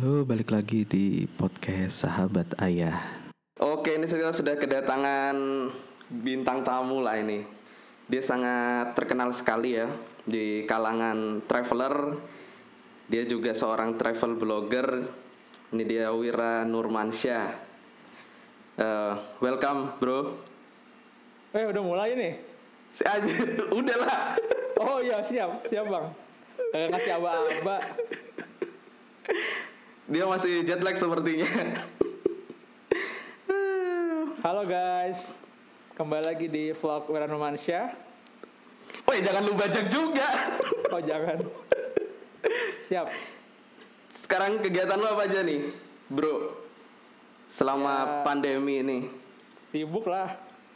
Halo, balik lagi di podcast Sahabat Ayah. Oke, ini kita sudah kedatangan bintang tamu lah ini. Dia sangat terkenal sekali ya di kalangan traveler. Dia juga seorang travel blogger. Ini dia Wira Nurmansyah. Welcome bro. Udah mulai nih? Udah lah. Oh iya, siap bang. Ngasih aba-aba. Dia masih jet lag sepertinya. Halo guys, kembali lagi di vlog Wira Nurmansyah. Woi, jangan lu bajak juga. Oh jangan. Siap. Sekarang kegiatan lu apa aja nih, bro? Selama pandemi ini. Sibuk lah.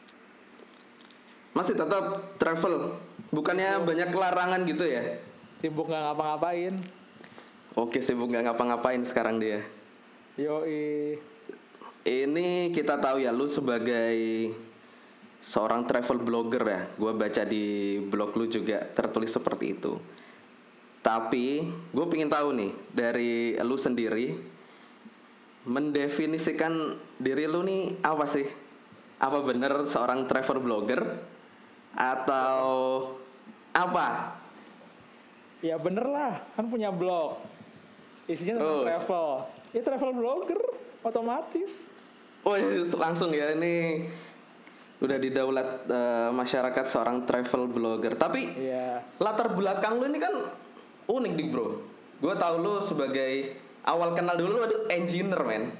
Masih tetap travel. Bukannya banyak larangan gitu ya? Sibuk nggak ngapa-ngapain. Oke, sibuk nggak ngapa-ngapain sekarang dia. Yoi. Ini kita tahu ya, lu sebagai seorang travel blogger ya. Gue baca di blog lu juga tertulis seperti itu. Tapi gue pengen tahu nih dari lu sendiri, mendefinisikan diri lu nih apa sih? Apa bener seorang travel blogger atau apa? Ya bener lah, kan punya blog. Isinya tentang travel. Ya travel blogger, otomatis. Oh langsung ya, ini udah didaulat masyarakat seorang travel blogger. Tapi latar belakang lu ini kan unik nih bro. Gue tahu lu sebagai awal kenal dulu lu engineer men.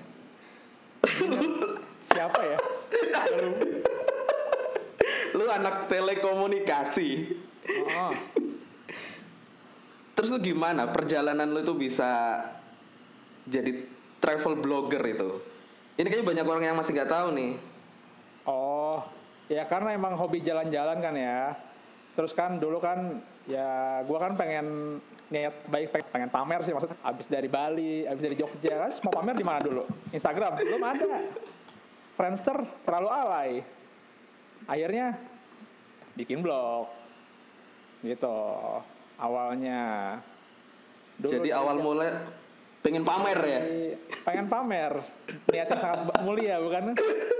Siapa ya? Lu anak telekomunikasi. Oh. Terus lu gimana perjalanan lu tuh bisa jadi travel blogger itu? Ini kayaknya banyak orang yang masih nggak tahu nih. Oh, ya karena emang hobi jalan-jalan kan ya. Terus kan dulu kan ya gue kan pengen niat baik pengen pamer sih, maksudnya abis dari Bali, abis dari Jogja kan mau pamer di mana dulu? Instagram belum ada. Friendster terlalu alay. Akhirnya bikin blog. Gitu. Awalnya. Jadi awal mulai pengen pamer ya? Pengen pamer. Niatnya sangat mulia bukan?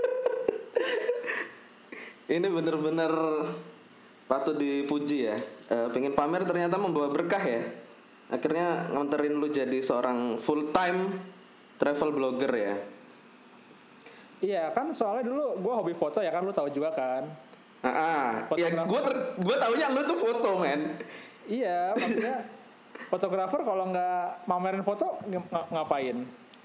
Ini bener-bener patut dipuji ya. Pengen pamer ternyata membawa berkah ya. Akhirnya nganterin lu jadi seorang full time travel blogger ya. Iya kan soalnya dulu gue hobi foto ya kan, lu tahu juga kan. Ya gue taunya lu tuh foto men. Iya maksudnya fotografer kalau nggak mamerin foto ngapain?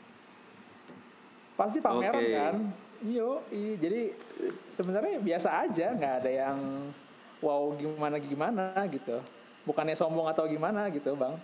Pasti pameran kan. Iya, jadi sebenarnya biasa aja, nggak ada yang wow gimana gitu. Bukannya sombong atau gimana gitu bang.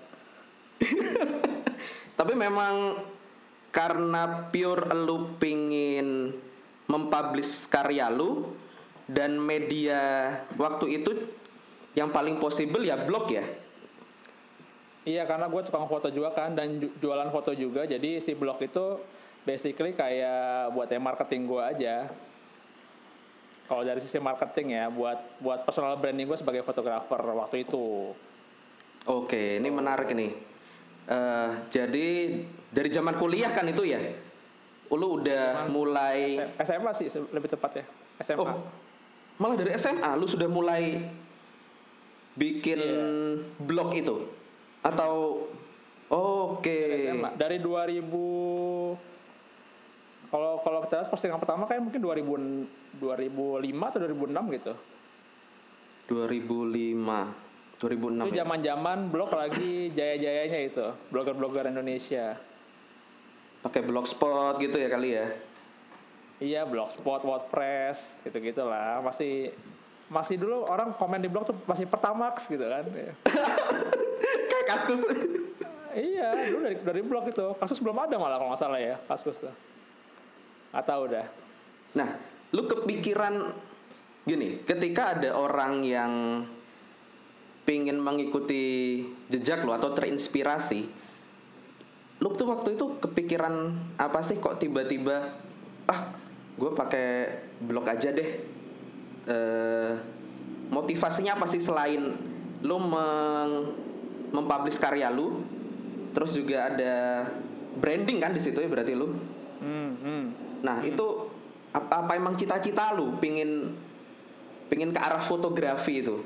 Tapi memang karena pure lu pingin mempublish karya lu, dan media waktu itu yang paling possible ya blog ya. Iya karena gue tukang foto juga kan dan jualan foto juga, jadi si blog itu basically kayak buat marketing gue aja. Kalau dari sisi marketing ya, buat personal branding gue sebagai fotografer waktu itu. Oke, ini menarik nih. Jadi dari zaman kuliah kan itu ya, lu udah mulai SMA sih lebih tepat ya, SMA. Oh, malah dari SMA lu sudah mulai bikin blog itu atau SMA. Dari 2000, kalau kita lihat postingan pertama kayak mungkin 2005 atau 2006 gitu. 2006 itu zaman-zaman blog lagi jaya-jayanya itu, blogger-blogger Indonesia. Pakai blogspot gitu ya kali ya. Iya, blogspot, WordPress, gitu-gitulah. Masih dulu orang komen di blog tuh masih Pertamax gitu kan. Kayak Kaskus. Iya, dulu dari blog itu. Kasus belum ada malah kalau nggak salah ya, Kaskus tuh. Atau udah. Nah, lu kepikiran gini, ketika ada orang yang pingin mengikuti jejak lu atau terinspirasi, lu tuh waktu itu kepikiran apa sih kok tiba-tiba gue pakai blog aja deh. Motivasinya apa sih selain lu mempublish karya lu, terus juga ada branding kan di situ ya berarti lu. Nah, itu apa emang cita-cita lu pingin ke arah fotografi itu?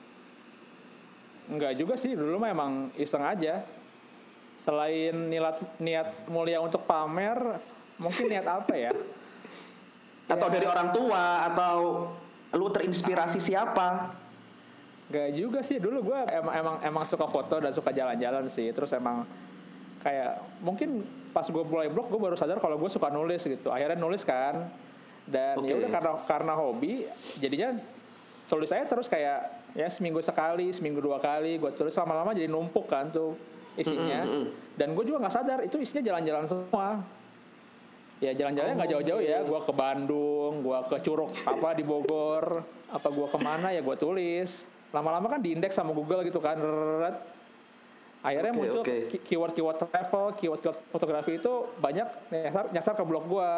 Enggak juga sih, dulu mah emang iseng aja. Selain niat mulia untuk pamer, mungkin niat apa ya? Atau dari orang tua, atau lu terinspirasi siapa? Enggak juga sih, dulu gue emang suka foto dan suka jalan-jalan sih. Terus emang kayak mungkin pas gue mulai blog, gue baru sadar kalau gue suka nulis gitu. Akhirnya nulis kan, dan ya udah karena hobi, jadinya tulis saya terus kayak ya seminggu sekali, seminggu 2 kali gue tulis, lama-lama jadi numpuk kan tuh isinya. Dan gue juga nggak sadar itu isinya jalan-jalan semua. Ya jalan-jalannya nggak jauh-jauh ya, gue ke Bandung, gue ke Curug apa di Bogor, apa gue kemana ya gue tulis. Lama-lama kan diindeks sama Google gitu kan. Akhirnya muncul keyword travel, keyword fotografi itu banyak nyasar ke blog gue.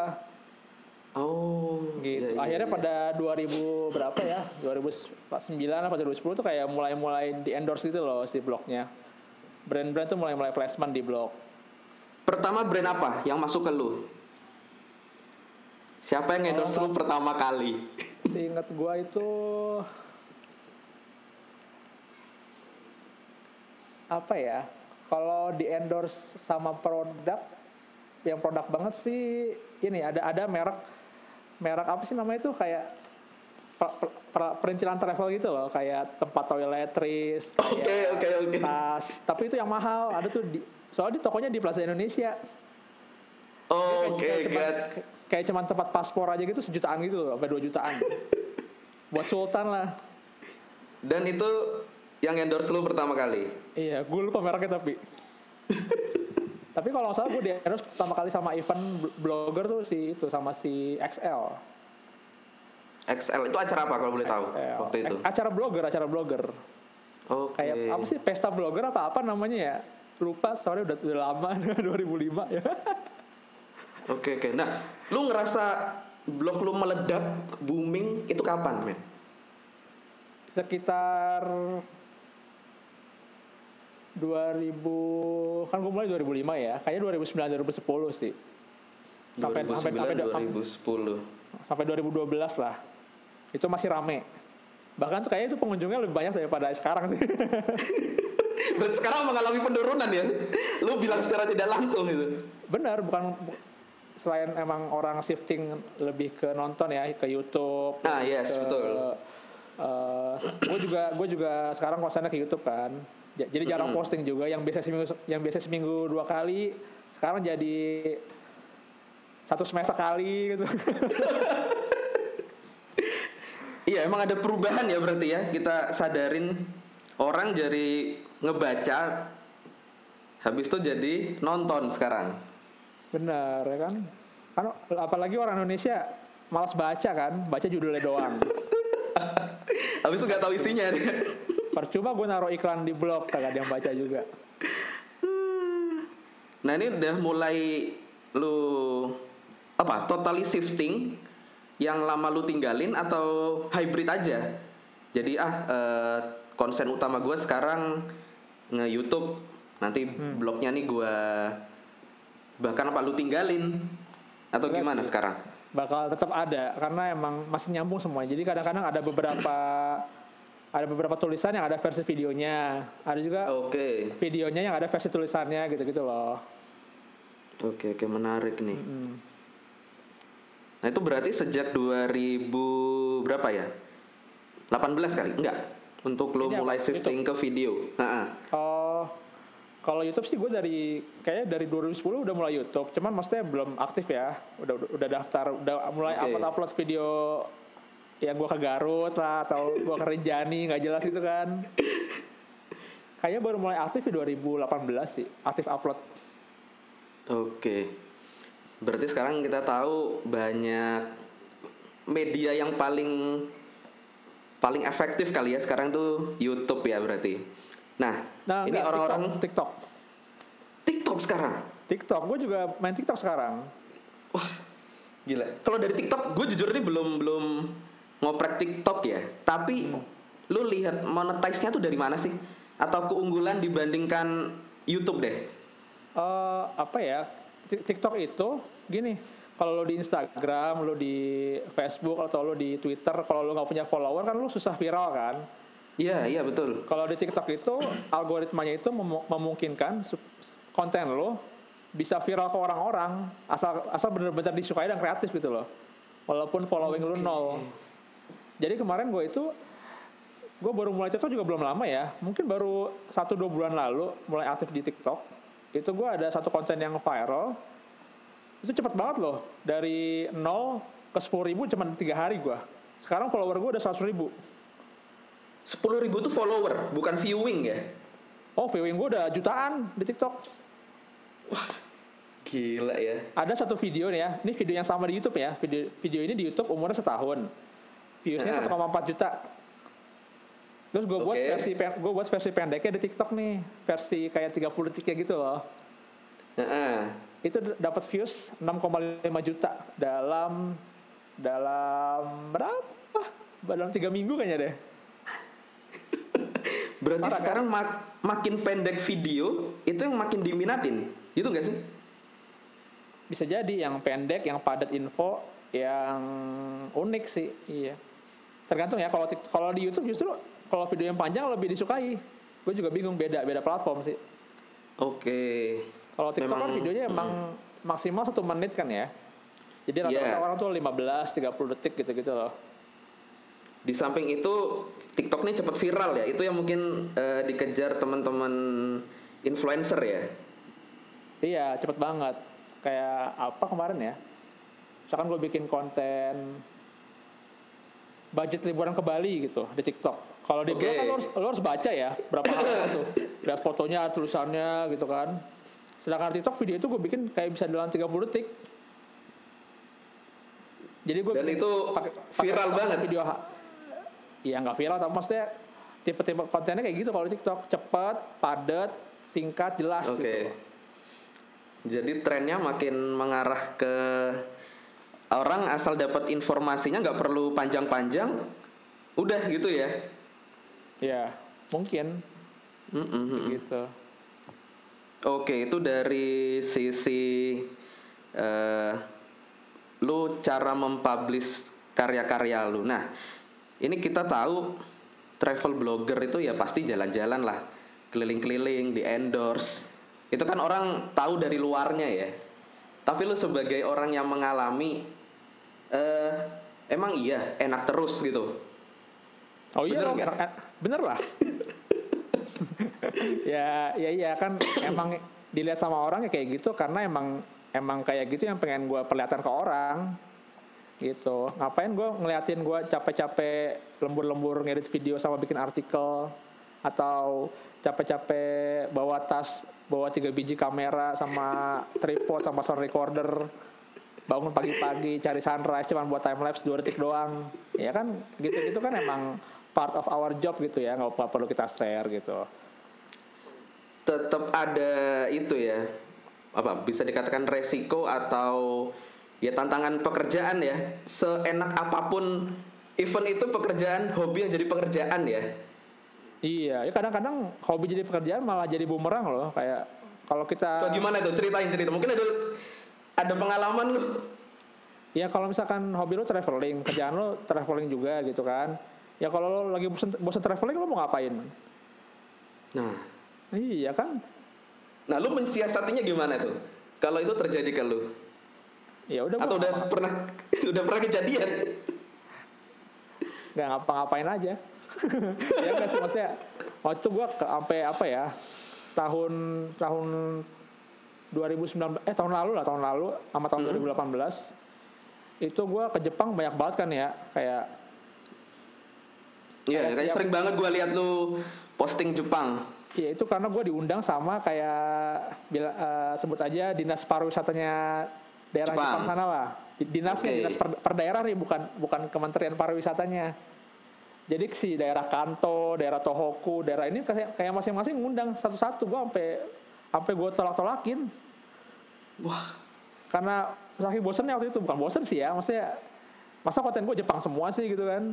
Gitu. Akhirnya pada 2000 berapa ya? 2009 atau 2010 tuh kayak mulai di endorse gitu loh si blognya. Brand-brand tuh mulai placement di blog. Pertama brand apa yang masuk ke lu? Siapa yang endorse lu pertama kali? Seingat gua itu apa ya? Kalau di endorse sama produk, yang produk banget sih ini ada merek apa sih namanya itu, kayak perintilan travel gitu loh, kayak tempat toiletries, kayak tas. Tapi itu yang mahal, ada tuh soalnya di tokonya di Plaza Indonesia. Kayak cuman tempat paspor aja gitu 1 jutaan gitu loh, sampai 2 jutaan. Buat sultan lah. Dan itu yang endorse lu pertama kali? Iya, gue lupa mereknya tapi. Tapi kalau nggak salah gue di endorse pertama kali sama event blogger tuh sama si XL itu acara apa kalau boleh tahu waktu itu? Acara blogger. Kayak apa sih, pesta blogger apa namanya ya? Lupa, soalnya udah lama 2005 ya. Oke. Nah, lu ngerasa blog lu meledak, booming itu kapan, men? Sekitar 2000, kan gue mulai 2005 ya. Kayaknya 2009 2010 sih. Sampai 2010. Sampai 2012 lah. Itu masih rame. Bahkan tuh kayaknya itu pengunjungnya lebih banyak daripada sekarang sih. Berarti sekarang mengalami penurunan ya? Lu bilang secara tidak langsung gitu. Benar, bukan selain emang orang shifting lebih ke nonton ya, ke YouTube. Betul. Gue juga sekarang konsennya ke YouTube kan. Jadi jarang posting juga, yang biasa seminggu 2 kali, sekarang jadi 1 semester sekali gitu. Iya, emang ada perubahan ya berarti ya. Kita sadarin orang dari ngebaca, habis itu jadi nonton sekarang. Benar ya kan? Kan apalagi orang Indonesia malas baca kan, baca judulnya doang. Habis itu nggak tahu isinya deh. Percuma gue naruh iklan di blog, kagak ada yang baca juga. Nah, ini udah mulai lu totally shifting, yang lama lu tinggalin atau hybrid aja? Jadi konsen utama gue sekarang nge-YouTube, nanti blognya nih gue bahkan lu tinggalin atau enggak gimana sih sekarang? Bakal tetap ada karena emang masih nyambung semua. Jadi kadang-kadang ada beberapa tulisan yang ada versi videonya, ada juga videonya yang ada versi tulisannya gitu-gitu loh. Oke, menarik nih. Nah, itu berarti sejak 2000 berapa ya? 18 kali? Enggak. Untuk lo mulai shifting ke video. Kalau YouTube sih gue kayaknya dari 2010 udah mulai YouTube. Cuman maksudnya belum aktif ya. Udah daftar, udah mulai upload video yang gue ke Garut lah, atau gue ke Rinjani, nggak jelas gitu kan. Kayaknya baru mulai aktif di 2018 sih, aktif upload. Oke. Berarti sekarang kita tahu banyak media yang paling efektif kali ya sekarang tuh YouTube ya berarti. Nah ini orang-orang TikTok sekarang. TikTok, gue juga main TikTok sekarang. Wah, gila. Kalau dari TikTok, gue jujur ini belum ngoprek TikTok ya. Tapi lu lihat monetize-nya tuh dari mana sih? Atau keunggulan dibandingkan YouTube deh? Apa ya, TikTok itu gini, kalau lo di Instagram, lo di Facebook atau lo di Twitter, kalau lo nggak punya follower kan lo susah viral kan. Iya betul. Kalau di TikTok itu algoritmanya itu memungkinkan konten lo bisa viral ke orang-orang asal benar-benar disukai dan kreatif gitu loh, walaupun following lo nol. Jadi kemarin gue baru mulai TikTok juga belum lama ya, mungkin baru 1-2 bulan lalu mulai aktif di TikTok. Itu gue ada satu konten yang viral, itu cepet banget loh, dari 0 ke 10.000 cuma 3 hari gue. Sekarang follower gue udah 100.000. 10.000 tuh follower, bukan viewing ya? Oh, viewing gue udah jutaan di TikTok. Wah, gila ya. Ada satu video nih ya, ini video yang sama di YouTube ya. Video ini di YouTube umurnya setahun, viewsnya 1,4 juta. Terus gue buat versi pendeknya di TikTok nih, versi kayak 30 detiknya gitu loh. Itu dapat views 6,5 juta dalam berapa? Dalam 3 minggu kayaknya deh. Berarti Parah, sekarang makin pendek video itu yang makin diminatin, gitu nggak sih? Bisa jadi yang pendek, yang padat info, yang unik sih, iya. Tergantung ya. Kalau di YouTube justru kalau video yang panjang lebih disukai. Gue juga bingung, beda platform sih. Oke. Kalau TikTok kan videonya emang maksimal 1 menit kan ya. Jadi rata-rata orang tuh 15-30 detik gitu-gitu loh. Di samping itu TikTok ini cepat viral ya. Itu yang mungkin dikejar teman-teman influencer ya. Iya, cepet banget. Kayak apa kemarin ya? Misalkan gue bikin konten budget liburan ke Bali gitu di TikTok. Kalau di blog kan lo harus baca ya berapa halaman tuh. Lihat fotonya, tulisannya gitu kan. Sedangkan TikTok video itu gue bikin kayak bisa dalam 30 detik. Jadi gue itu viral banget. Video ya nggak viral, tapi maksudnya tipe-tipe kontennya kayak gitu kalau di TikTok, cepat, padat, singkat, jelas. Gitu. Jadi trennya makin mengarah ke orang asal dapat informasinya nggak perlu panjang-panjang, udah gitu ya. Ya, mungkin. Gitu. Oke, itu dari sisi lu cara mempublish karya-karya lu. Nah, ini kita tahu travel blogger itu ya pasti jalan-jalan lah, keliling-keliling, di endorse. Itu kan orang tahu dari luarnya ya. Tapi lu sebagai orang yang mengalami, emang iya enak terus gitu? Oh iya dong, bener lah. ya kan emang dilihat sama orang ya kayak gitu, karena emang kayak gitu yang pengen gue perlihatkan ke orang gitu. Ngapain gue ngeliatin gue capek-capek lembur-lembur ngedit video sama bikin artikel, atau capek-capek bawa 3 biji kamera sama tripod sama sound recorder, bangun pagi-pagi cari sunrise cuman buat time lapse 2 detik doang. Ya kan gitu kan emang part of our job gitu ya, nggak perlu kita share gitu. Tetap ada itu ya, apa bisa dikatakan resiko atau ya tantangan pekerjaan ya. Seenak apapun event itu pekerjaan, hobi yang jadi pekerjaan ya. Iya, ya kadang-kadang hobi jadi pekerjaan malah jadi bumerang loh. Kayak kalau kita gimana tuh, ceritain mungkin ada pengalaman lu. Ya kalau misalkan hobi lu traveling, kerjaan lu traveling juga gitu kan. Ya kalau lu lagi bosan traveling, lu mau ngapain? Nah, iya kan? Nah, lu mensiasatinya gimana tuh? Kalau itu terjadi ke lu? Ya udah. Atau udah pernah kejadian? Nggak ngapa-ngapain aja. Ya nggak sih, maksudnya waktu itu gue sampai apa ya, tahun 2019 tahun lalu sama tahun 2018 itu gue ke Jepang banyak banget kan ya, kayak kayak sering banget gue lihat lu posting Jepang. Iya, itu karena gue diundang sama kayak sebut aja dinas pariwisatanya daerah Jepang sana lah. Dinasnya dinas per daerah nih, bukan kementerian pariwisatanya. Jadi si daerah Kanto, daerah Tohoku, daerah ini kayak masing-masing ngundang satu-satu. Gue sampai gue tolak-tolakin. Wah, karena saking bosennya waktu itu. Bukan bosen sih ya, maksudnya masa konten gue Jepang semua sih gitu kan.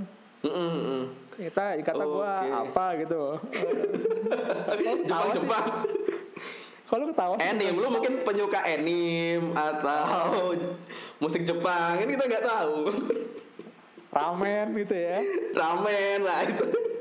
Kata gue apa gitu. Jepang. Kalau ketawa Anime, lu mungkin penyuka anime atau musik Jepang, ini kita nggak tahu. ramen gitu ya. Ramen lah itu.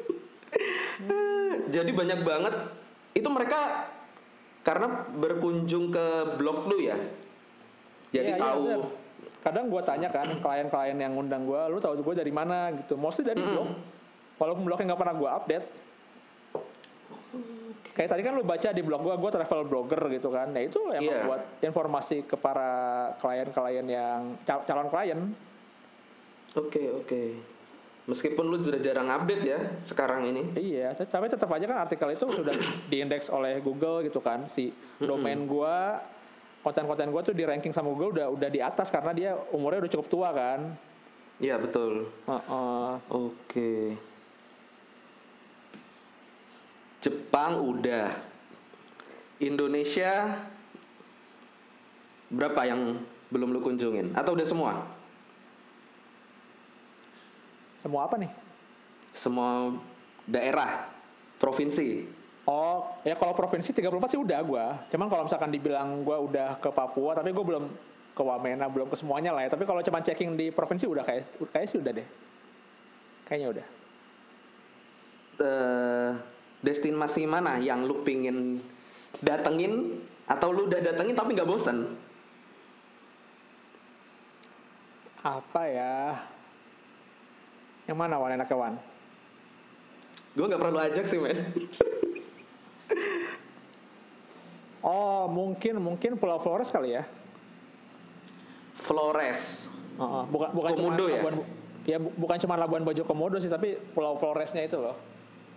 Jadi banyak banget itu mereka karena berkunjung ke blog lu ya. Jadi Iya, tahu. bener. Kadang gue tanya kan klien-klien yang ngundang gue, lu tahu gue dari mana gitu. Mostly dari blog. Walaupun blognya nggak pernah gue update. Kayak tadi kan lu baca di blog gue travel blogger gitu kan. Nah itu emang buat informasi ke para klien-klien yang calon klien. Oke. Meskipun lu sudah jarang update ya sekarang ini. Iya, tapi tetap aja kan artikel itu sudah diindeks oleh Google gitu kan. Si domain gue, konten-konten gue tuh di ranking sama Google udah di atas karena dia umurnya udah cukup tua kan. Iya betul. Oke. Jepang udah. Indonesia berapa yang belum lu kunjungin? Atau udah semua? Semua apa nih? Semua daerah, provinsi. Oh, ya kalau provinsi 34 sih udah gue. Cuman kalau misalkan dibilang gue udah ke Papua, tapi gue belum ke Wamena, belum ke semuanya lah ya. Tapi kalau cuma checking di provinsi udah kayak sih udah deh. Kayaknya udah. Destinasi mana yang lu pingin datengin atau lu udah datengin tapi nggak bosan? Apa ya? Yang mana Wan enaknya Wan? Gue nggak perlu ajak sih men. Oh mungkin Pulau Flores kali ya? Flores. Bukan Komodo cuma ya? bukan cuma Labuan Bajo Komodo sih, tapi Pulau Floresnya itu loh.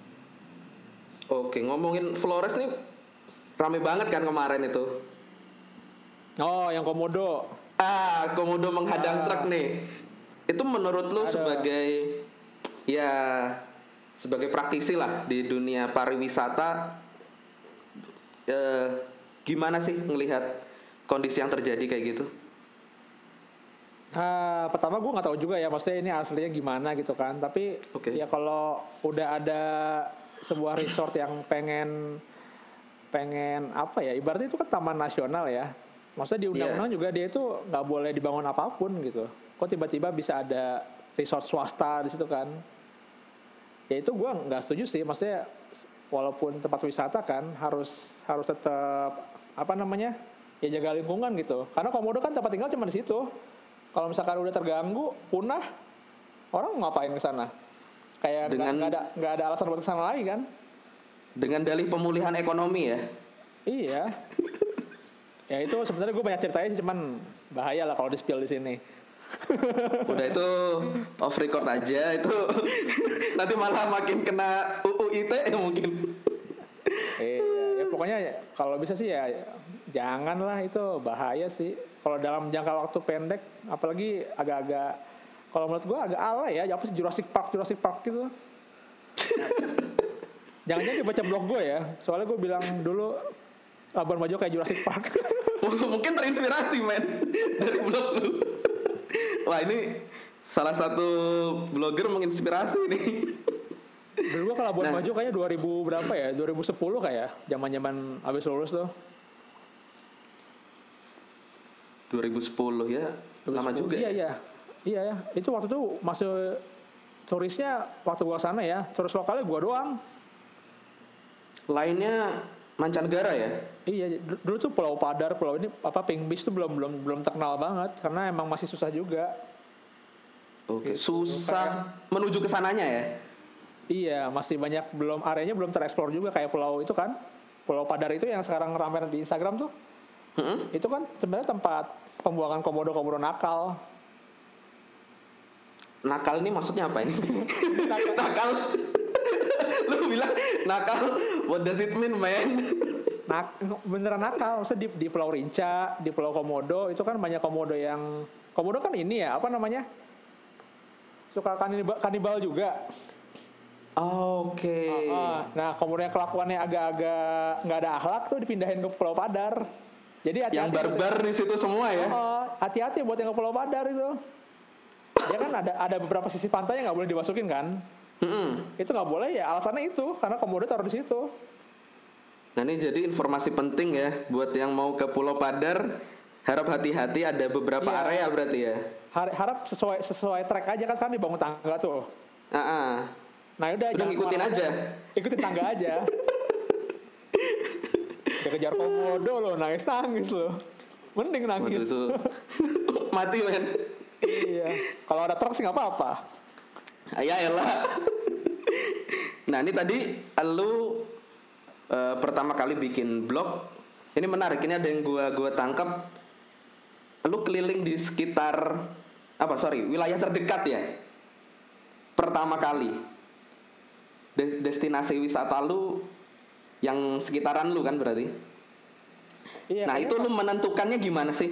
Oke, ngomongin Flores nih rame banget kan kemarin itu. Oh, yang Komodo. Komodo menghadang truk nih. Itu menurut lu sebagai sebagai praktisi lah di dunia pariwisata, gimana sih ngelihat kondisi yang terjadi kayak gitu? Pertama gue nggak tahu juga ya, maksudnya ini aslinya gimana gitu kan. Tapi ya kalau udah ada sebuah resort yang pengen apa ya, ibaratnya itu kan taman nasional ya. Maksudnya di undang-undang juga dia itu nggak boleh dibangun apapun gitu. Kok tiba-tiba bisa ada resort swasta di situ kan? Ya itu gue nggak setuju sih. Maksudnya walaupun tempat wisata kan harus tetap ya jaga lingkungan gitu. Karena Komodo kan tempat tinggal cuma di situ. Kalau misalkan udah terganggu, punah, orang ngapain ke sana? Kayak nggak ada alasan buat ke sana lagi kan? Dengan dalih pemulihan ekonomi ya? Iya. Ya itu sebenarnya gue banyak ceritanya sih, cuman bahaya lah kalau di-spill di sini. Udah itu off record aja itu. Nanti malah makin kena UU ITE mungkin. Ya pokoknya kalau bisa sih ya janganlah, itu bahaya sih. Kalau dalam jangka waktu pendek, apalagi agak-agak, kalau menurut gue agak alay ya, apa sih Jurassic Park gitu. Jangan-jangan dibaca blog gue ya, soalnya gue bilang dulu Labuan Bajo kayak Jurassic Park. Mungkin terinspirasi men dari blog lu. Wah ini salah satu blogger menginspirasi nih. Dulu gue ke Labuan Bajo kayaknya 2000 berapa ya, 2010 kayak, zaman-zaman abis lulus tuh. 2010 ya, 2010, lama juga. Iya ya, itu waktu itu masuk turisnya waktu gua sana ya, turis lokalnya gua doang. Lainnya mancanegara ya? Iya, dulu tuh Pulau Padar, pulau ini Pink Beach tuh belum terkenal banget karena emang masih susah juga. Oke, susah menuju ke sananya ya? Iya, masih banyak areanya belum tereksplor juga, kayak pulau itu kan. Pulau Padar itu yang sekarang ramai di Instagram tuh. Itu kan sebenarnya tempat pembuangan komodo nakal. Nakal ini maksudnya apa ini? Nakal. Lu bilang nakal, what does it mean, man? Beneran nakal. Maksudnya di Pulau Rinca, di Pulau Komodo itu kan banyak komodo kan ini ya, apa namanya? Suka kanibal juga. Oke. Nah, komodo yang kelakuannya agak-agak nggak ada akhlak tuh dipindahin ke Pulau Padar. Jadi hati-hati. Yang barbar di situ semua ya. Hati-hati buat yang ke Pulau Padar itu. Ya kan ada beberapa sisi pantai yang nggak boleh dimasukin kan. Itu nggak boleh ya, alasannya itu karena komodo taruh di situ. Nah ini jadi informasi penting ya buat yang mau ke Pulau Padar, harap hati-hati, ada beberapa Iya. area berarti ya. Harap sesuai track aja kan, sekarang dibangun tangga tuh. Nah udah jangan ngikutin aja. Ikutin tangga aja. Dia kejar komodo lo, nangis lo. Mending nangis. Waduh, itu mati men. Iya. Kalau ada truk sih nggak apa-apa. Ya elah. Nah ini tadi lu pertama kali bikin blog. Ini menarik, ini ada yang gua tangkap. Lu keliling di sekitar wilayah terdekat ya. Pertama kali destinasi wisata lu yang sekitaran lu kan berarti. Iya, Nah itu lu menentukannya gimana sih?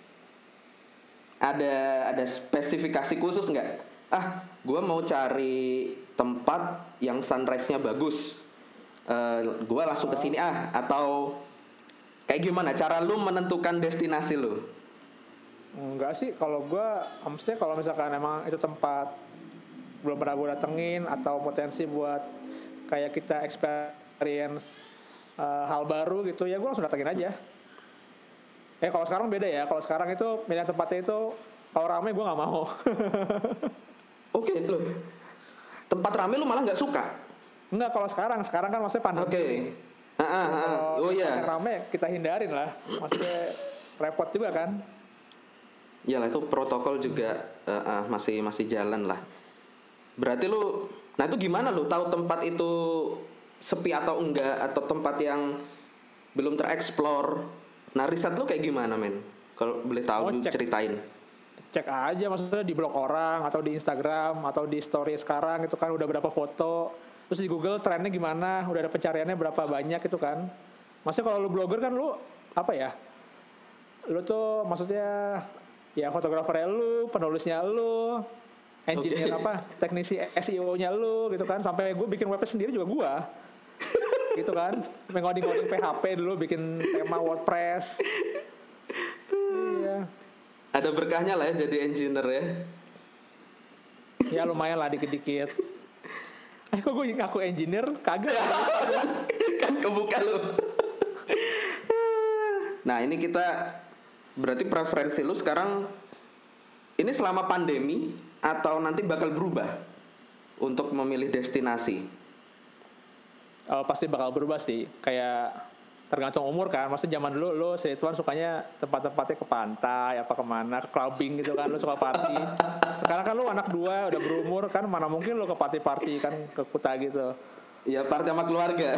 Ada spesifikasi khusus nggak? Gue mau cari tempat yang sunrise-nya bagus. Gue langsung ke sini atau kayak gimana cara lu menentukan destinasi lu? Enggak sih, kalau gue, maksudnya kalau misalkan emang itu tempat belum pernah gue datengin atau potensi buat kayak kita experience hal baru gitu, ya gue langsung datengin aja. Kalau sekarang beda ya, kalau sekarang itu milih tempatnya itu kalau rame gue nggak mau. Oke, loh. Tempat rame lu malah nggak suka? Enggak, kalau sekarang kan maksudnya pandemi. Oke. Oh iya. Yang rame kita hindarin lah, maksudnya repot juga kan. Iyalah itu protokol juga masih jalan lah. Berarti lu, nah itu gimana lu tahu tempat itu sepi atau enggak, atau tempat yang belum tereksplor? Nah riset lu kayak gimana men? Kalau boleh tahu ceritain. Cek aja maksudnya di blog orang atau di Instagram atau di story sekarang itu kan udah berapa foto. Terus di Google trennya gimana, udah ada pencariannya berapa banyak itu kan. Maksudnya kalau lu blogger kan lu apa ya? Lu tuh maksudnya ya fotografernya lu, penulisnya lu, engineer teknisi SEO-nya lu gitu kan. Sampai gue bikin website sendiri juga gue. Gitu kan, ngoding PHP dulu, bikin tema WordPress. Iya. Ada berkahnya lah ya jadi engineer ya. Ya lumayan lah dikit-dikit. Kok gue ngaku engineer? Kagak. Kan kebuka lu. Nah ini kita berarti preferensi lu sekarang ini selama pandemi atau nanti bakal berubah untuk memilih destinasi? Pasti bakal berubah sih, kayak tergantung umur kan. Maksudnya zaman dulu lo Tuan sukanya tempat-tempatnya ke pantai apa kemana, ke clubbing gitu kan, lo suka party. Sekarang kan lo anak 2 udah berumur kan, mana mungkin lo ke party kan, ke Kuta gitu. Iya, party sama keluarga.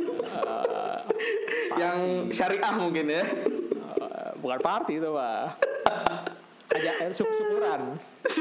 Yang syariah mungkin ya. Bukan party itu Pak. Ajak syukuran.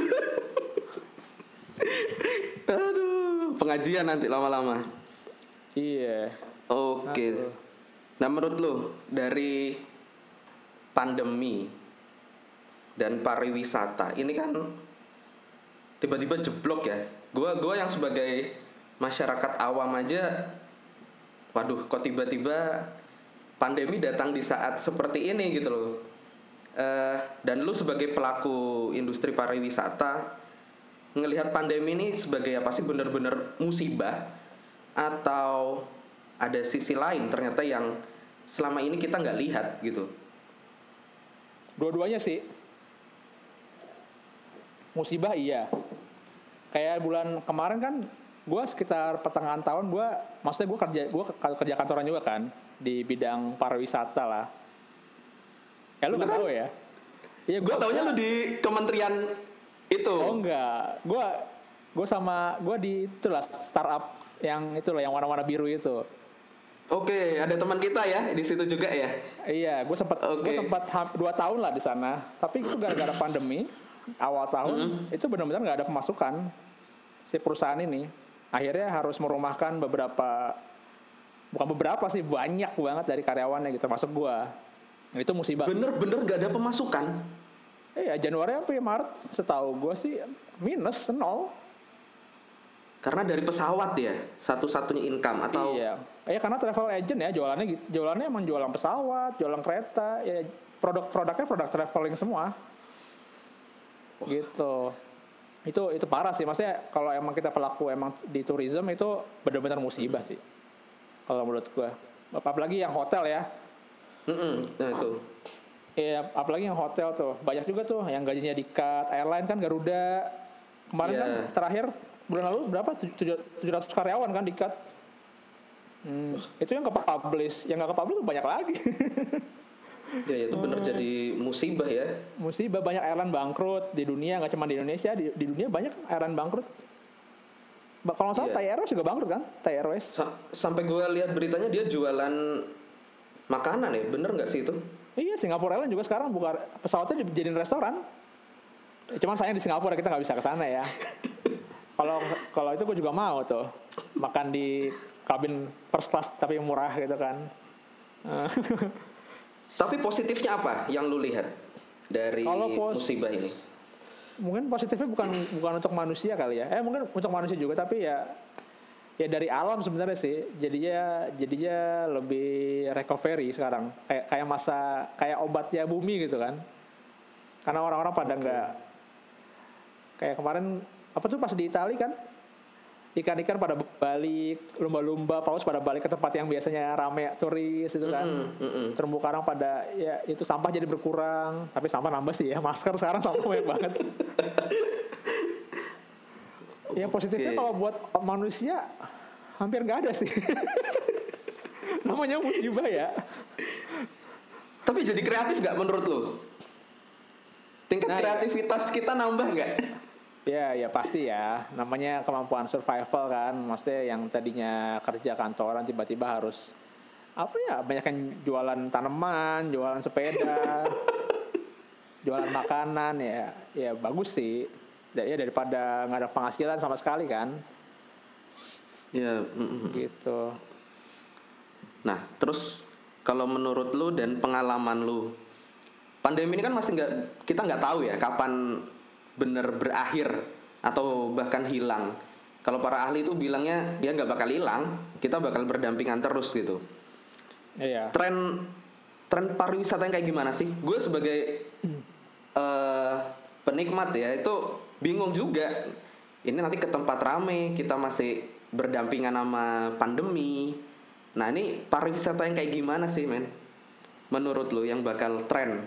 Aduh, pengajian nanti lama-lama. Iya. Oke. Nah menurut lu dari pandemi dan pariwisata ini kan tiba-tiba jeblok ya. Gua yang sebagai masyarakat awam aja, waduh kok tiba-tiba pandemi datang di saat seperti ini gitu loh. Dan lu sebagai pelaku industri pariwisata ngelihat pandemi ini sebagai apa sih, benar-benar musibah atau ada sisi lain ternyata yang selama ini kita nggak lihat gitu? Dua-duanya sih. Musibah iya. Kayak bulan kemarin kan gue sekitar pertengahan tahun maksudnya gue kerja kantoran juga kan di bidang pariwisata lah. Lu nggak tahu ya? Iya, gue taunya lu di kementerian itu. Oh enggak, gue di itulah startup yang itu loh, yang warna-warna biru itu. Oke, ada teman kita ya di situ juga ya. Iya, gue sempat 2 tahun lah di sana. Tapi itu gara-gara pandemi awal tahun itu benar-benar nggak ada pemasukan si perusahaan ini. Akhirnya harus merumahkan bukan beberapa sih, banyak banget dari karyawannya gitu, termasuk gue. Itu musibah. Bener-bener nggak ada pemasukan. Iya, Januari sampai Maret setahu gue sih minus 0. Karena dari pesawat ya, satu-satunya income atau? Iya, karena travel agent ya jualannya emang jualan pesawat, jualan kereta, ya produknya produk traveling semua. Gitu. Itu parah sih, maksudnya kalau emang kita pelaku emang di tourism itu benar-benar musibah sih. Kalau menurut gua. apalagi yang hotel ya. Nah itu. Iya, apalagi yang hotel tuh banyak juga tuh yang gajinya di-cut. Airline kan Garuda kemarin kan terakhir bulan lalu berapa 700 karyawan kan di-cut. Itu yang ke-publish, yang nggak ke-publish banyak lagi. Ya itu benar jadi musibah ya. Musibah, banyak airline bangkrut di dunia, nggak cuma di Indonesia, di dunia banyak airline bangkrut. Kalau nggak salah Thai Airways juga bangkrut kan? Thai Airways. Sampai gue lihat beritanya dia jualan makanan ya, bener nggak sih itu? Iya, Singapura Airlines juga sekarang buka pesawatnya dijadiin restoran. Cuman sayang di Singapura kita nggak bisa ke sana ya. Kalau itu gue juga mau tuh makan di kabin first class tapi murah gitu kan. Tapi positifnya apa yang lu lihat dari musibah ini? Mungkin positifnya bukan untuk manusia kali ya. Mungkin untuk manusia juga, tapi ya dari alam sebenarnya sih. Jadinya lebih recovery sekarang. Kayak obatnya bumi gitu kan. Karena orang-orang pada nggak kayak kemarin apa tuh pas di Itali kan, ikan-ikan pada balik, lumba-lumba paus pada balik ke tempat yang biasanya rame turis itu kan. Terumbu karang pada ya itu sampah jadi berkurang, tapi sampah nambah sih ya. Masker sekarang sampah banyak banget. Yang positifnya kalau buat manusia hampir nggak ada sih. Namanya musibah ya. Tapi jadi kreatif nggak menurut lo? Tingkat kreativitas kita nambah nggak? Ya pasti ya. Namanya kemampuan survival kan. Maksudnya yang tadinya kerja kantoran tiba-tiba harus banyak yang jualan tanaman, jualan sepeda, jualan makanan ya bagus sih. Ya daripada nggak ada penghasilan sama sekali kan. Ya. Gitu. Nah terus kalau menurut lu dan pengalaman lu, pandemi ini kan kita nggak tahu ya kapan benar berakhir atau bahkan hilang. Kalau para ahli itu bilangnya dia nggak bakal hilang, kita bakal berdampingan terus gitu. Iya. Tren pariwisata yang kayak gimana sih? Gue sebagai penikmat ya itu bingung juga. Ini nanti ke tempat rame kita masih berdampingan sama pandemi. Nah ini pariwisata yang kayak gimana sih men? Menurut lu yang bakal tren?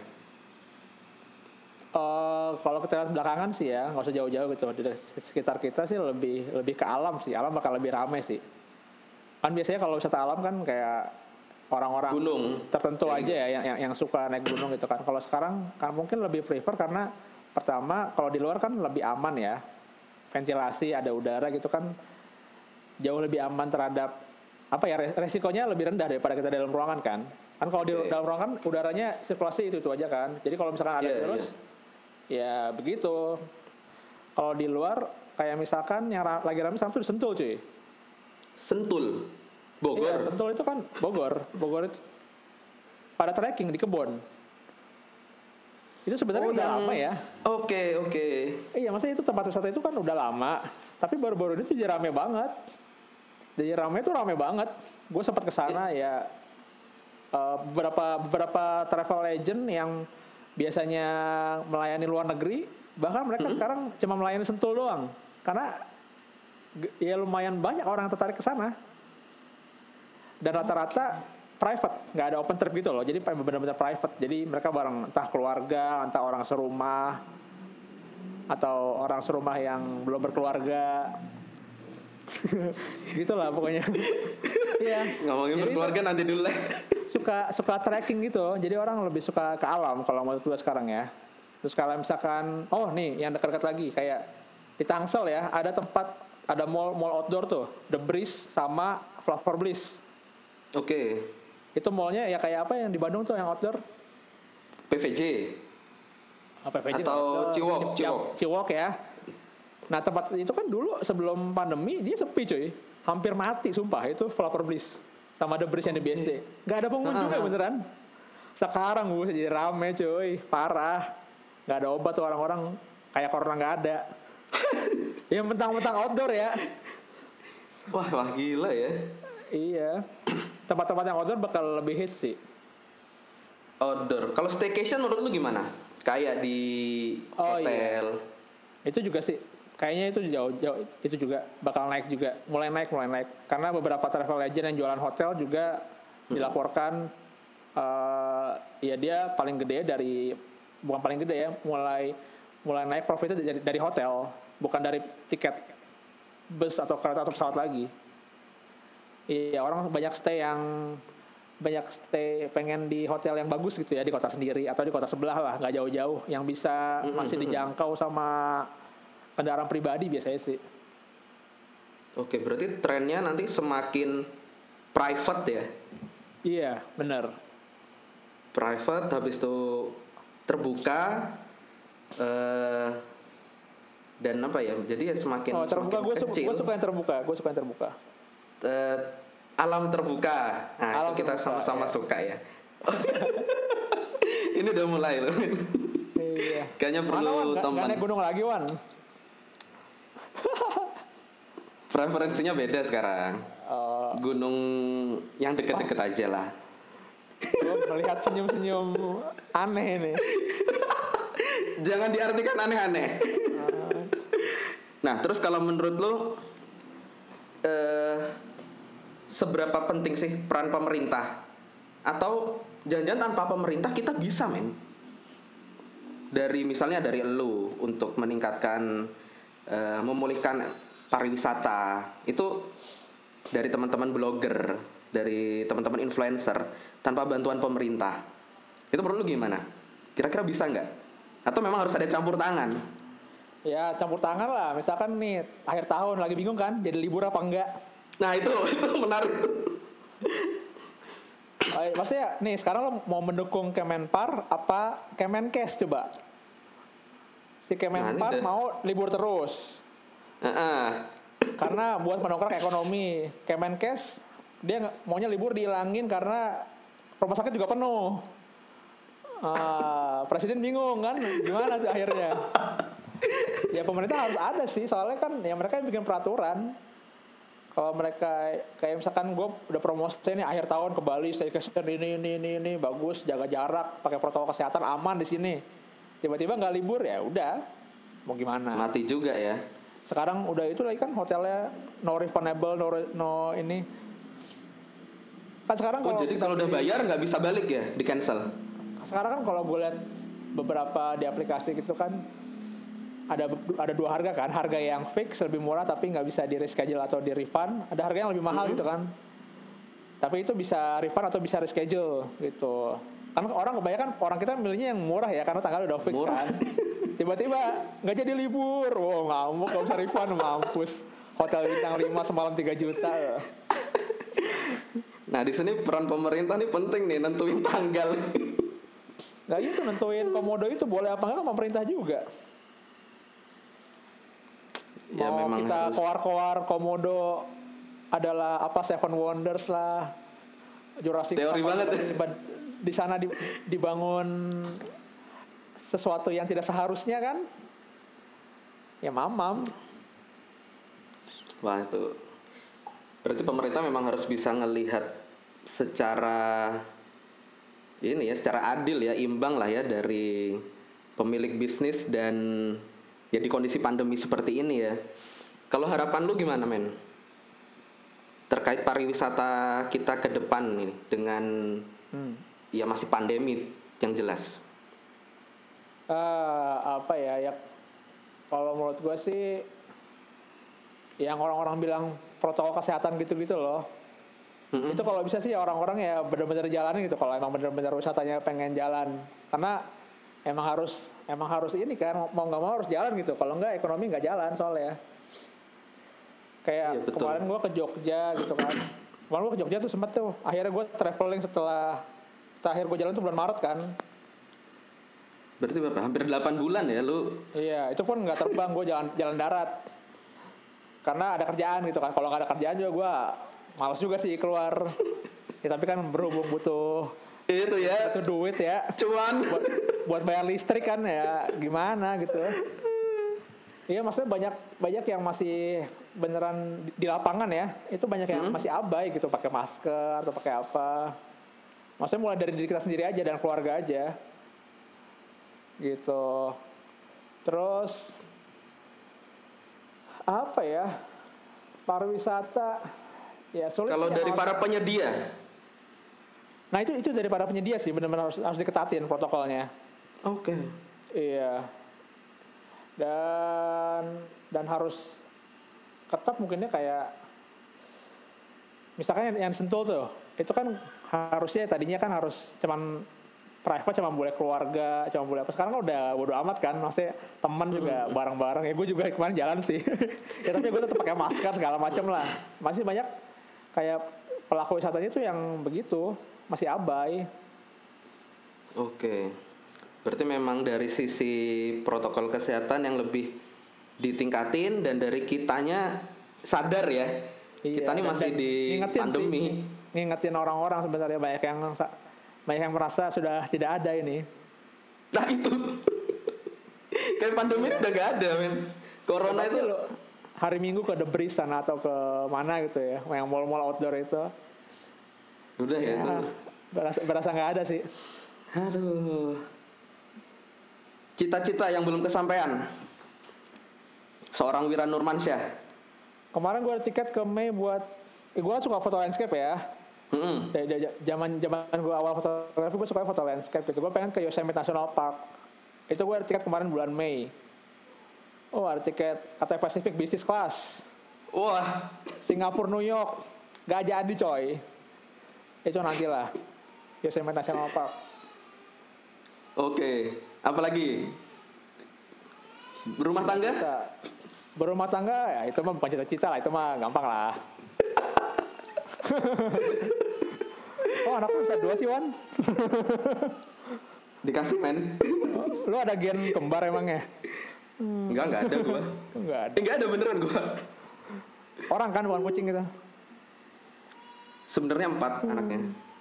Kalau kita lihat belakangan sih ya, nggak usah jauh-jauh gitu. Di sekitar kita sih lebih ke alam sih. Alam bakal lebih ramai sih. Kan biasanya kalau wisata alam kan kayak orang-orang gunung tertentu aja ya yang suka naik gunung gitu kan. Kalau sekarang kan mungkin lebih prefer karena pertama kalau di luar kan lebih aman ya. Ventilasi, ada udara gitu kan jauh lebih aman terhadap resikonya lebih rendah daripada kita dalam ruangan kan. Kan kalau di dalam ruangan udaranya sirkulasi itu aja kan. Jadi kalau misalkan ada virus ya begitu. Kalau di luar kayak misalkan yang lagi ramai sekarang tuh di Sentul cuy. Sentul? Bogor? Iya, Sentul itu kan Bogor itu pada trekking di kebun. Itu sebenarnya udah lama ya. Oke. Iya, maksudnya itu tempat wisata itu kan udah lama. Tapi baru-baru ini tuh jadi rame banget. Jadi rame banget. Gue sempat kesana ya. Beberapa travel agent yang biasanya melayani luar negeri, bahkan mereka sekarang cuma melayani Sentul doang. Karena ya lumayan banyak orang yang tertarik ke sana. Dan rata-rata private, nggak ada open trip gitu loh. Jadi benar-benar private. Jadi mereka bareng entah keluarga, entah orang serumah, atau orang serumah yang belum berkeluarga. Gitulah pokoknya. Iya. Ngomongin berkeluarga nanti dulu lah. Suka trekking gitu. Jadi orang lebih suka ke alam kalau menurut gue sekarang ya. Terus kalau misalkan nih yang dekat-dekat lagi kayak di Tangsel ya, ada mall outdoor tuh, The Breeze sama Flower Bliss. Oke. Itu mallnya ya kayak apa yang di Bandung tuh yang outdoor? PVJ. PVJ atau Ciwok ya. Nah tempat itu kan dulu sebelum pandemi dia sepi cuy, hampir mati sumpah. Itu Flower Bliss sama The Breeze yang di BSD. Gak ada pengunjung juga beneran. Sekarang gue jadi rame cuy, parah. Gak ada obat tuh orang-orang kayak corona gak ada. Yang mentang-mentang outdoor ya. Wah gila ya. Iya. Tempat-tempat yang outdoor bakal lebih hits sih. Outdoor. Kalau staycation menurut lu gimana? Kayak di hotel. Iya. Itu juga sih. Kayaknya itu jauh itu juga bakal naik juga. Mulai naik. Karena beberapa travel agent yang jualan hotel juga dilaporkan ya dia paling gede bukan paling gede ya, mulai naik profitnya dari hotel, bukan dari tiket bus atau kereta atau pesawat lagi. Iya, orang banyak stay pengen di hotel yang bagus gitu ya, di kota sendiri atau di kota sebelah lah, nggak jauh-jauh, yang bisa masih dijangkau sama kendaraan pribadi biasanya sih. Oke, berarti trennya nanti semakin private ya? Iya, benar. Private, habis itu terbuka, dan apa ya? Jadi ya semakin terbuka. kecil. Gue suka yang terbuka. Alam terbuka. Nah, Alam itu kita terbuka, sama-sama ya. suka ya. Ini udah mulai loh. Iya. Kayaknya perlu teman. Gak naik gunung lagi, Wan. Preferensinya beda sekarang. Gunung yang deket-deket aja lah. Gue melihat senyum-senyum aneh ini. Jangan diartikan aneh-aneh. Nah, terus kalau menurut lo seberapa penting sih peran pemerintah? Atau jangan-jangan tanpa pemerintah kita bisa, men? Misalnya dari lo untuk meningkatkan, memulihkan pariwisata, itu dari teman-teman blogger, dari teman-teman influencer, tanpa bantuan pemerintah, itu perlu gimana? Kira-kira bisa nggak? Atau memang harus ada campur tangan? Ya campur tangan lah. Misalkan nih akhir tahun lagi bingung kan, jadi libur apa enggak? Nah itu menarik. Maksudnya nih sekarang lo mau mendukung Kemenpar apa Kemenkes coba? Si Kemenpar mau libur terus. Karena buat mendongkrak ekonomi. Kemenkes dia maunya libur dihilangin karena rumah sakit juga penuh. Presiden bingung kan, gimana tuh akhirnya? Ya pemerintah harus ada sih, soalnya kan ya mereka yang bikin peraturan. Kalau mereka kayak misalkan gue udah promosi nih akhir tahun ke Bali, staycation ini bagus, jaga jarak, pakai protokol kesehatan, aman di sini. Tiba-tiba nggak libur, ya udah, mau gimana? Mati juga ya. Sekarang udah itu lagi kan hotelnya no refundable, no ini. Kan sekarang jadi kalau udah bayar nggak bisa balik ya, di cancel. Sekarang kan kalau gue lihat beberapa di aplikasi gitu kan ada dua harga kan, harga yang fix lebih murah tapi nggak bisa di reschedule atau di refund, ada harga yang lebih mahal gitu kan, tapi itu bisa refund atau bisa reschedule gitu. Kan orang kebanyakan orang kita milihnya yang murah ya karena tanggal udah fix murah. Kan tiba-tiba nggak jadi libur, ngamuk, nggak bisa refund, mampus, hotel bintang 5 semalam 3 juta. Nah di sini peran pemerintah nih penting nih, nentuin tanggal. Nah itu nentuin komodo itu boleh apa enggak, pemerintah juga. Ya, mau memang kita harus. koar-koar komodo adalah apa, Seven Wonders lah, Jurassic teori banget di sana dibangun sesuatu yang tidak seharusnya kan, ya mamam. Wah itu berarti pemerintah memang harus bisa ngelihat secara ini ya, secara adil ya, imbang lah ya, dari pemilik bisnis dan ya di kondisi pandemi seperti ini ya. Kalau harapan lu gimana, men? Terkait pariwisata kita ke depan ini dengan ya masih pandemi yang jelas. Apa ya kalau menurut gue sih yang orang-orang bilang protokol kesehatan gitu-gitu loh. Itu kalau bisa sih orang-orang ya benar-benar jalanin gitu, kalau emang benar-benar wisatanya pengen jalan, karena emang harus ini kan, mau nggak mau harus jalan gitu, kalau nggak ekonomi nggak jalan soalnya. Kayak kemarin gue ke Jogja gitu kan, kemarin gue ke Jogja tuh sempet tuh, akhirnya gue traveling setelah terakhir gue jalan tuh bulan Maret kan. Berarti berapa? Hampir 8 bulan ya lu? Iya, itu pun nggak terbang, gue jalan darat karena ada kerjaan gitu kan. Kalau nggak ada kerjaan juga gue males juga sih keluar. Ya, tapi kan berhubung butuh itu ya, butuh duit ya, cuan buat bayar listrik kan, ya gimana gitu. Iya, maksudnya banyak yang masih beneran di lapangan ya, itu banyak yang masih abai gitu, pakai masker atau pakai apa. Maksudnya mulai dari diri kita sendiri aja dan keluarga aja gitu. Terus apa ya, pariwisata ya sulit. Kalau dari para penyedia Nah itu dari para penyedia sih, benar-benar harus diketatin protokolnya. Oke. Iya. Dan harus ketat mungkinnya kayak misalkan yang Sentul tuh, itu kan harusnya tadinya kan harus cuman private, cuma boleh keluarga, cuma boleh apa. Sekarang kan udah bodo amat kan, maksudnya teman juga bareng-bareng. Ya gue juga kemarin jalan sih. Ya tapi gue tetap pakai masker segala macam lah. Masih banyak kayak pelaku wisatanya tuh yang begitu, masih abai. Oke. Berarti memang dari sisi protokol kesehatan yang lebih ditingkatin, dan dari kitanya sadar ya. Iya, kita nih masih di pandemi. Ngingetin orang-orang sebenarnya, banyak yang merasa sudah tidak ada ini. Nah itu. Kayak pandemi ini udah gak ada, men. Corona Tapi itu lo hari Minggu ke The Breeze sana atau ke mana gitu ya, yang mall-mall outdoor itu. udah ya itu. Berasa nggak ada sih. Aduh. Cita-cita yang belum kesampaian seorang Wira Nurmansyah. Kemarin gue ada tiket ke Mei buat, gue kan suka foto landscape ya. Zaman gue awal fotografi, gue suka foto landscape gitu. Gue pengen ke Yosemite National Park. Itu gue ada tiket kemarin bulan Mei. Oh ada tiket Cathay Pacific Business Class. Wah, Singapura New York. Gak jadi coy. Itu nanti lah. Yosemite National Park. oke. Apalagi? Berumah tangga? Berumah tangga ya itu mah bukan cita-cita lah, itu mah gampang lah. Oh anakku bisa 2 sih Wan. Dikasih, men. Lu ada gen kembar emangnya? Enggak ada gua. Enggak ada. Enggak ada beneran gua. Orang kan bukan kucing gitu. Sebenarnya 4 anaknya.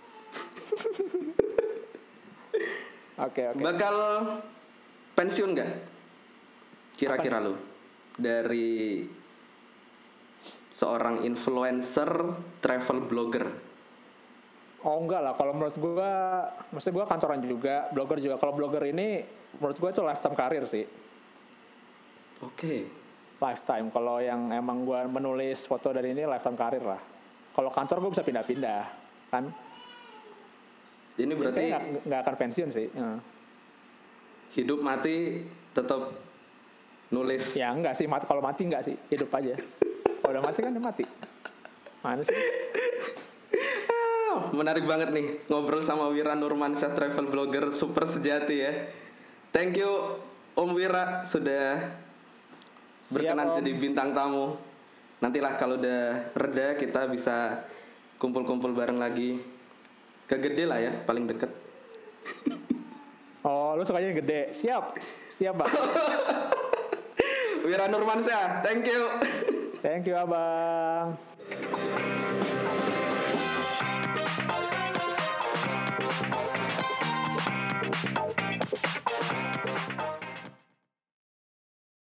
Oke. Bakal pensiun nggak? Kira-kira lu dari seorang influencer travel blogger? Oh enggak lah, kalau menurut gue, maksudnya gue kantoran juga, blogger juga. Kalau blogger ini menurut gue itu lifetime karir sih. Oke. Lifetime. Kalau yang emang gue menulis foto dari ini lifetime karir lah. Kalau kantor gue bisa pindah-pindah kan. Ini berarti nggak akan pensiun sih. hidup mati tetap nulis. Ya enggak sih, kalau mati enggak sih, hidup aja. Kalau udah mati kan udah mati. Mana sih? Menarik banget nih ngobrol sama Wira Nurmansyah, travel blogger super sejati ya. Thank you Om Wira sudah berkenan jadi bintang tamu. Nantilah kalau udah reda kita bisa kumpul-kumpul bareng lagi. Ke Gede lah ya, paling deket. Oh, lu sukanya yang gede. Siap, Bang. Wira Nurmansyah, thank you. Thank you, Abang.